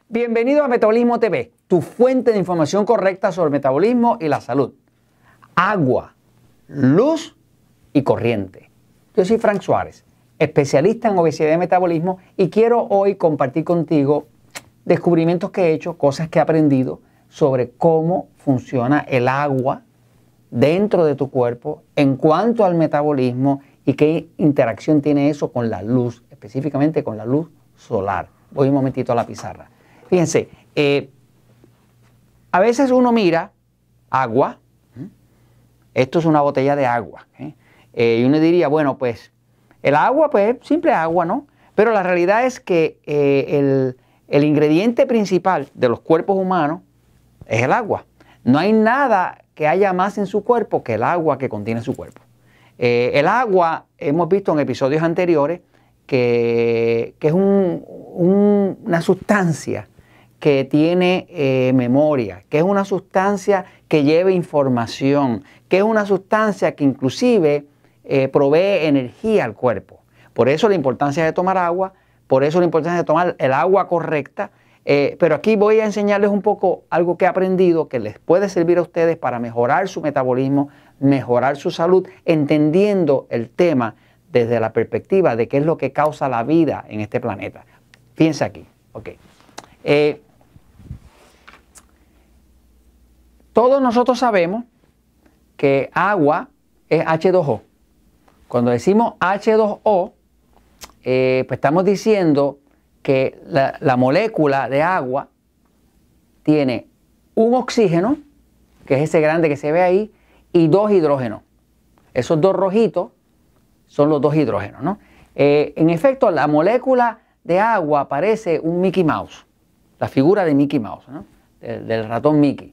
Bienvenido a Metabolismo TV, tu fuente de información correcta sobre el metabolismo y la salud. Agua, luz y corriente. Yo soy Frank Suárez, especialista en obesidad y metabolismo, y quiero hoy compartir contigo descubrimientos que he hecho, cosas que he aprendido sobre cómo funciona el agua dentro de tu cuerpo en cuanto al metabolismo y qué interacción tiene eso con la luz, específicamente con la luz solar. Voy un momentito a la pizarra. Fíjense, a veces uno mira agua, esto es una botella de agua, y uno diría, bueno, pues el agua, pues simple agua, ¿no? Pero la realidad es que el ingrediente principal de los cuerpos humanos es el agua. No hay nada que haya más en su cuerpo que el agua que contiene su cuerpo. El agua, hemos visto en episodios anteriores, que es una sustancia que tiene memoria, que es una sustancia que lleva información, que es una sustancia que inclusive provee energía al cuerpo. Por eso la importancia de tomar agua, por eso la importancia de tomar el agua correcta. Pero aquí voy a enseñarles un poco algo que he aprendido que les puede servir a ustedes para mejorar su metabolismo, mejorar su salud, entendiendo el tema desde la perspectiva de qué es lo que causa la vida en este planeta. Fíjense aquí. Okay. Todos nosotros sabemos que agua es H2O. Cuando decimos H2O, pues estamos diciendo que la molécula de agua tiene un oxígeno, que es ese grande que se ve ahí, y dos hidrógenos. Esos dos rojitos son los dos hidrógenos, ¿no? En efecto, la molécula de agua parece un Mickey Mouse, la figura de Mickey Mouse, ¿no? Del ratón Mickey.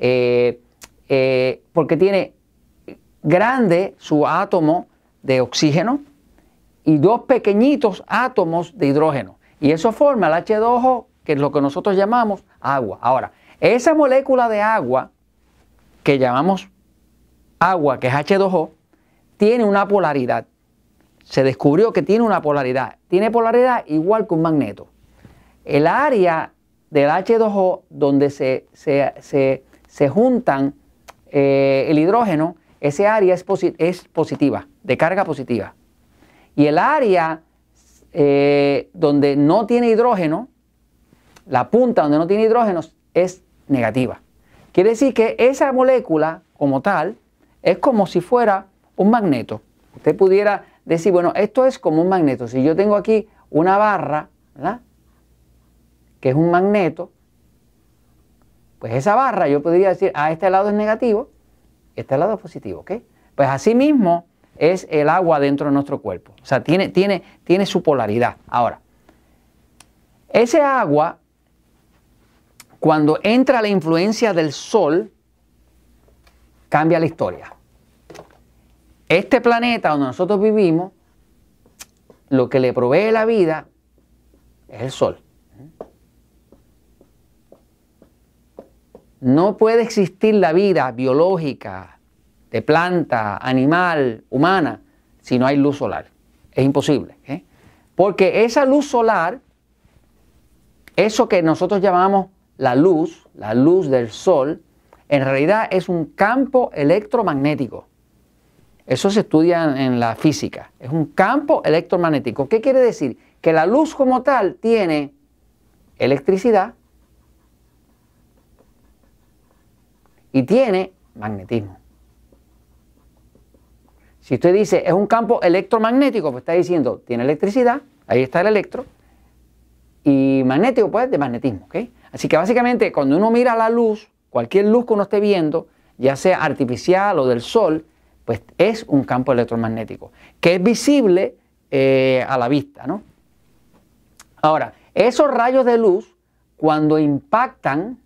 Porque tiene grande su átomo de oxígeno y dos pequeñitos átomos de hidrógeno. Y eso forma el H2O, que es lo que nosotros llamamos agua. Ahora, esa molécula de agua, que llamamos agua, que es H2O, tiene una polaridad. Se descubrió que tiene una polaridad. Tiene polaridad igual que un magneto. El área del H2O donde se juntan el hidrógeno, ese área es positiva, de carga positiva. Y el área donde no tiene hidrógeno, la punta donde no tiene hidrógeno es negativa. Quiere decir que esa molécula como tal es como si fuera un magneto. Usted pudiera decir, bueno, esto es como un magneto. Si yo tengo aquí una barra, ¿verdad?, que es un magneto, pues esa barra yo podría decir, este lado es negativo, este lado es positivo, ¿ok? Pues así mismo es el agua dentro de nuestro cuerpo. O sea, tiene su polaridad. Ahora, ese agua, cuando entra la influencia del sol, cambia la historia. Este planeta donde nosotros vivimos, lo que le provee la vida es el sol. No puede existir la vida biológica, de planta, animal, humana, si no hay luz solar. Es imposible. Porque esa luz solar, eso que nosotros llamamos la luz del sol, en realidad es un campo electromagnético. Eso se estudia en la física. Es un campo electromagnético. ¿Qué quiere decir? Que la luz como tal tiene electricidad y tiene magnetismo. Si usted dice es un campo electromagnético, pues está diciendo tiene electricidad, ahí está el electro, y magnético, pues de magnetismo, ¿ok? Así que básicamente cuando uno mira la luz, cualquier luz que uno esté viendo, ya sea artificial o del sol, pues es un campo electromagnético, que es visible a la vista, ¿no? Ahora, esos rayos de luz, cuando impactan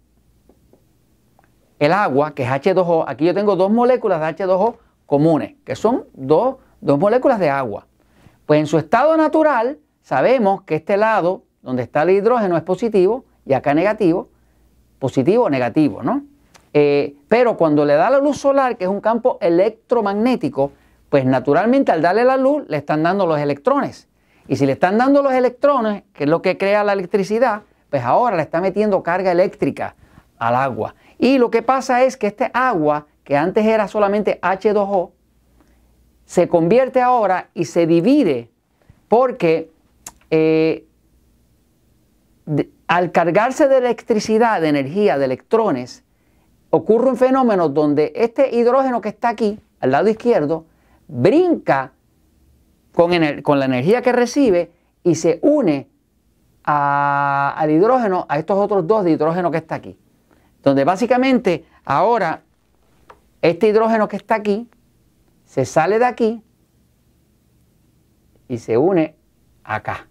el agua, que es H2O, aquí yo tengo dos moléculas de H2O comunes, que son dos moléculas de agua. Pues en su estado natural, sabemos que este lado, donde está el hidrógeno, es positivo, y acá negativo, positivo o negativo, ¿no? Pero cuando le da la luz solar, que es un campo electromagnético, pues naturalmente al darle la luz le están dando los electrones. Y si le están dando los electrones, que es lo que crea la electricidad, pues ahora le está metiendo carga eléctrica al agua. Y lo que pasa es que este agua, que antes era solamente H2O, se convierte ahora y se divide porque al cargarse de electricidad, de energía, de electrones, ocurre un fenómeno donde este hidrógeno que está aquí, al lado izquierdo, brinca con la energía que recibe y se une al hidrógeno, a estos otros dos de hidrógeno que está aquí. Donde básicamente ahora este hidrógeno que está aquí se sale de aquí y se une acá.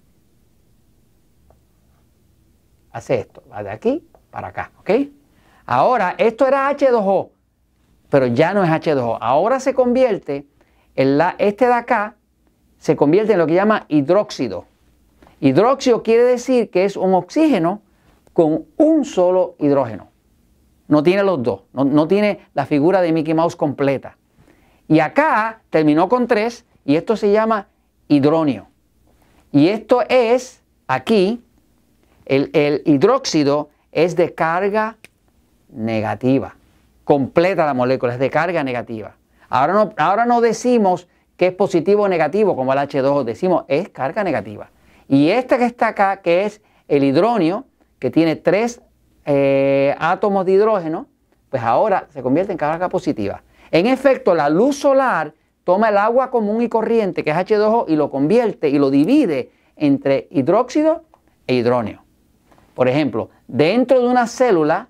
Hace esto, va de aquí para acá, ¿ok? Ahora, esto era H2O, pero ya no es H2O. Ahora se convierte, este de acá, se convierte en lo que llama hidróxido. Hidróxido quiere decir que es un oxígeno con un solo hidrógeno. No tiene los dos, no tiene la figura de Mickey Mouse completa. Y acá terminó con 3 y esto se llama hidronio. Y esto es, aquí, el hidróxido es de carga negativa. Completa la molécula, es de carga negativa. Ahora no decimos que es positivo o negativo como el H2O, decimos es carga negativa. Y este que está acá, que es el hidronio, que tiene 3 átomos de hidrógeno, pues ahora se convierte en carga positiva. En efecto, la luz solar toma el agua común y corriente, que es H2O, y lo convierte y lo divide entre hidróxido e hidronio. Por ejemplo, dentro de una célula,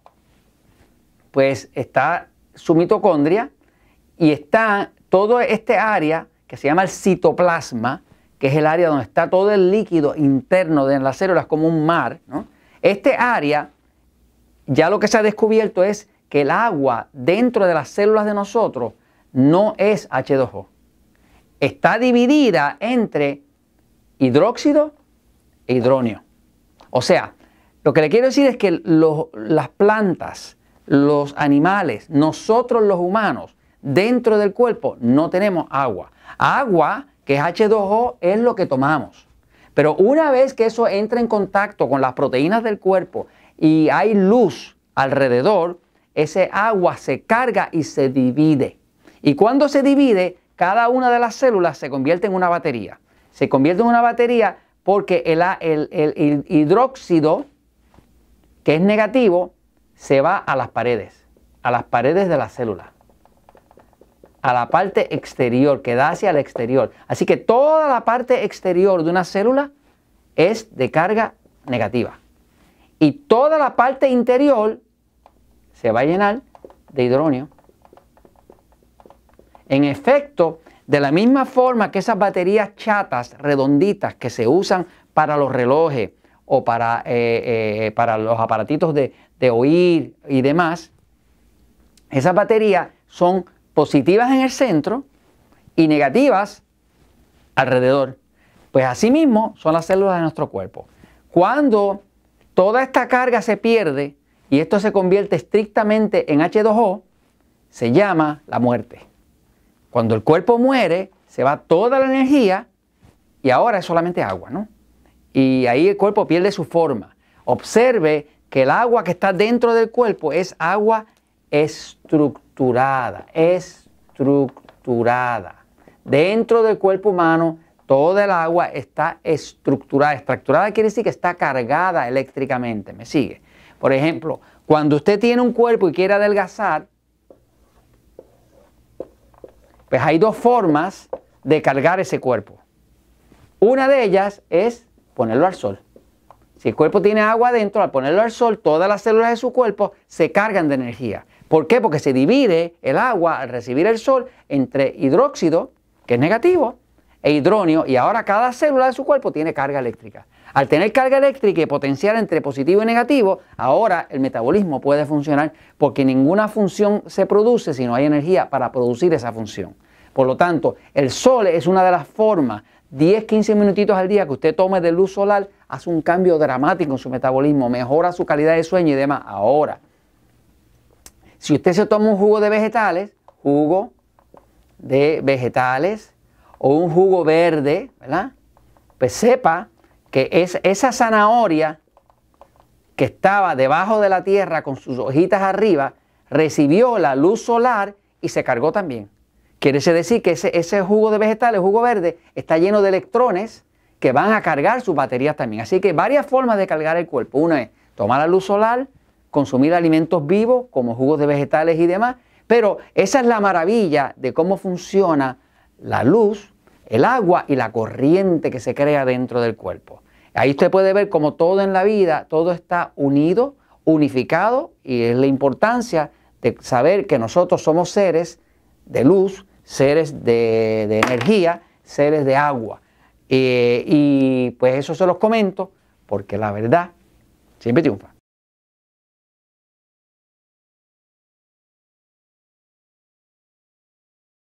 pues está su mitocondria y está todo este área que se llama el citoplasma, que es el área donde está todo el líquido interno de las células como un mar, ¿no? Este área, ya lo que se ha descubierto es que el agua dentro de las células de nosotros no es H2O. Está dividida entre hidróxido e hidronio. O sea, lo que le quiero decir es que las plantas, los animales, nosotros los humanos, dentro del cuerpo no tenemos agua. Agua, que es H2O, es lo que tomamos. Pero una vez que eso entra en contacto con las proteínas del cuerpo y hay luz alrededor, ese agua se carga y se divide. Y cuando se divide, cada una de las células se convierte en una batería. Se convierte en una batería porque el hidróxido, que es negativo, se va a las paredes de la célula, a la parte exterior, que da hacia el exterior. Así que toda la parte exterior de una célula es de carga negativa. Y toda la parte interior se va a llenar de hidronio. En efecto, de la misma forma que esas baterías chatas, redonditas, que se usan para los relojes o para los aparatitos de oír y demás, esas baterías son positivas en el centro y negativas alrededor. Pues así mismo son las células de nuestro cuerpo. Cuando toda esta carga se pierde y esto se convierte estrictamente en H2O, se llama la muerte. Cuando el cuerpo muere, se va toda la energía y ahora es solamente agua, ¿no? Y ahí el cuerpo pierde su forma. Observe que el agua que está dentro del cuerpo es agua estructurada. Dentro del cuerpo humano, toda el agua está estructurada. Estructurada quiere decir que está cargada eléctricamente. ¿Me sigue? Por ejemplo, cuando usted tiene un cuerpo y quiere adelgazar, pues hay dos formas de cargar ese cuerpo. Una de ellas es ponerlo al sol. Si el cuerpo tiene agua adentro, al ponerlo al sol, todas las células de su cuerpo se cargan de energía. ¿Por qué? Porque se divide el agua al recibir el sol entre hidróxido, que es negativo, e hidronio, y ahora cada célula de su cuerpo tiene carga eléctrica. Al tener carga eléctrica y potencial entre positivo y negativo, ahora el metabolismo puede funcionar porque ninguna función se produce si no hay energía para producir esa función. Por lo tanto, el sol es una de las formas, 10-15 minutitos al día que usted tome de luz solar, hace un cambio dramático en su metabolismo, mejora su calidad de sueño y demás. Ahora, si usted se toma un jugo de vegetales o un jugo verde, ¿verdad? Pues sepa que esa zanahoria que estaba debajo de la tierra con sus hojitas arriba, recibió la luz solar y se cargó también. Quiere decir que ese jugo de vegetales, jugo verde, está lleno de electrones que van a cargar sus baterías también. Así que varias formas de cargar el cuerpo. Una es tomar la luz solar, consumir alimentos vivos como jugos de vegetales y demás. Pero esa es la maravilla de cómo funciona la luz, el agua y la corriente que se crea dentro del cuerpo. Ahí usted puede ver cómo todo en la vida, todo está unido, unificado, y es la importancia de saber que nosotros somos seres de luz, seres de energía, seres de agua. Y pues eso se los comento porque la verdad siempre triunfa.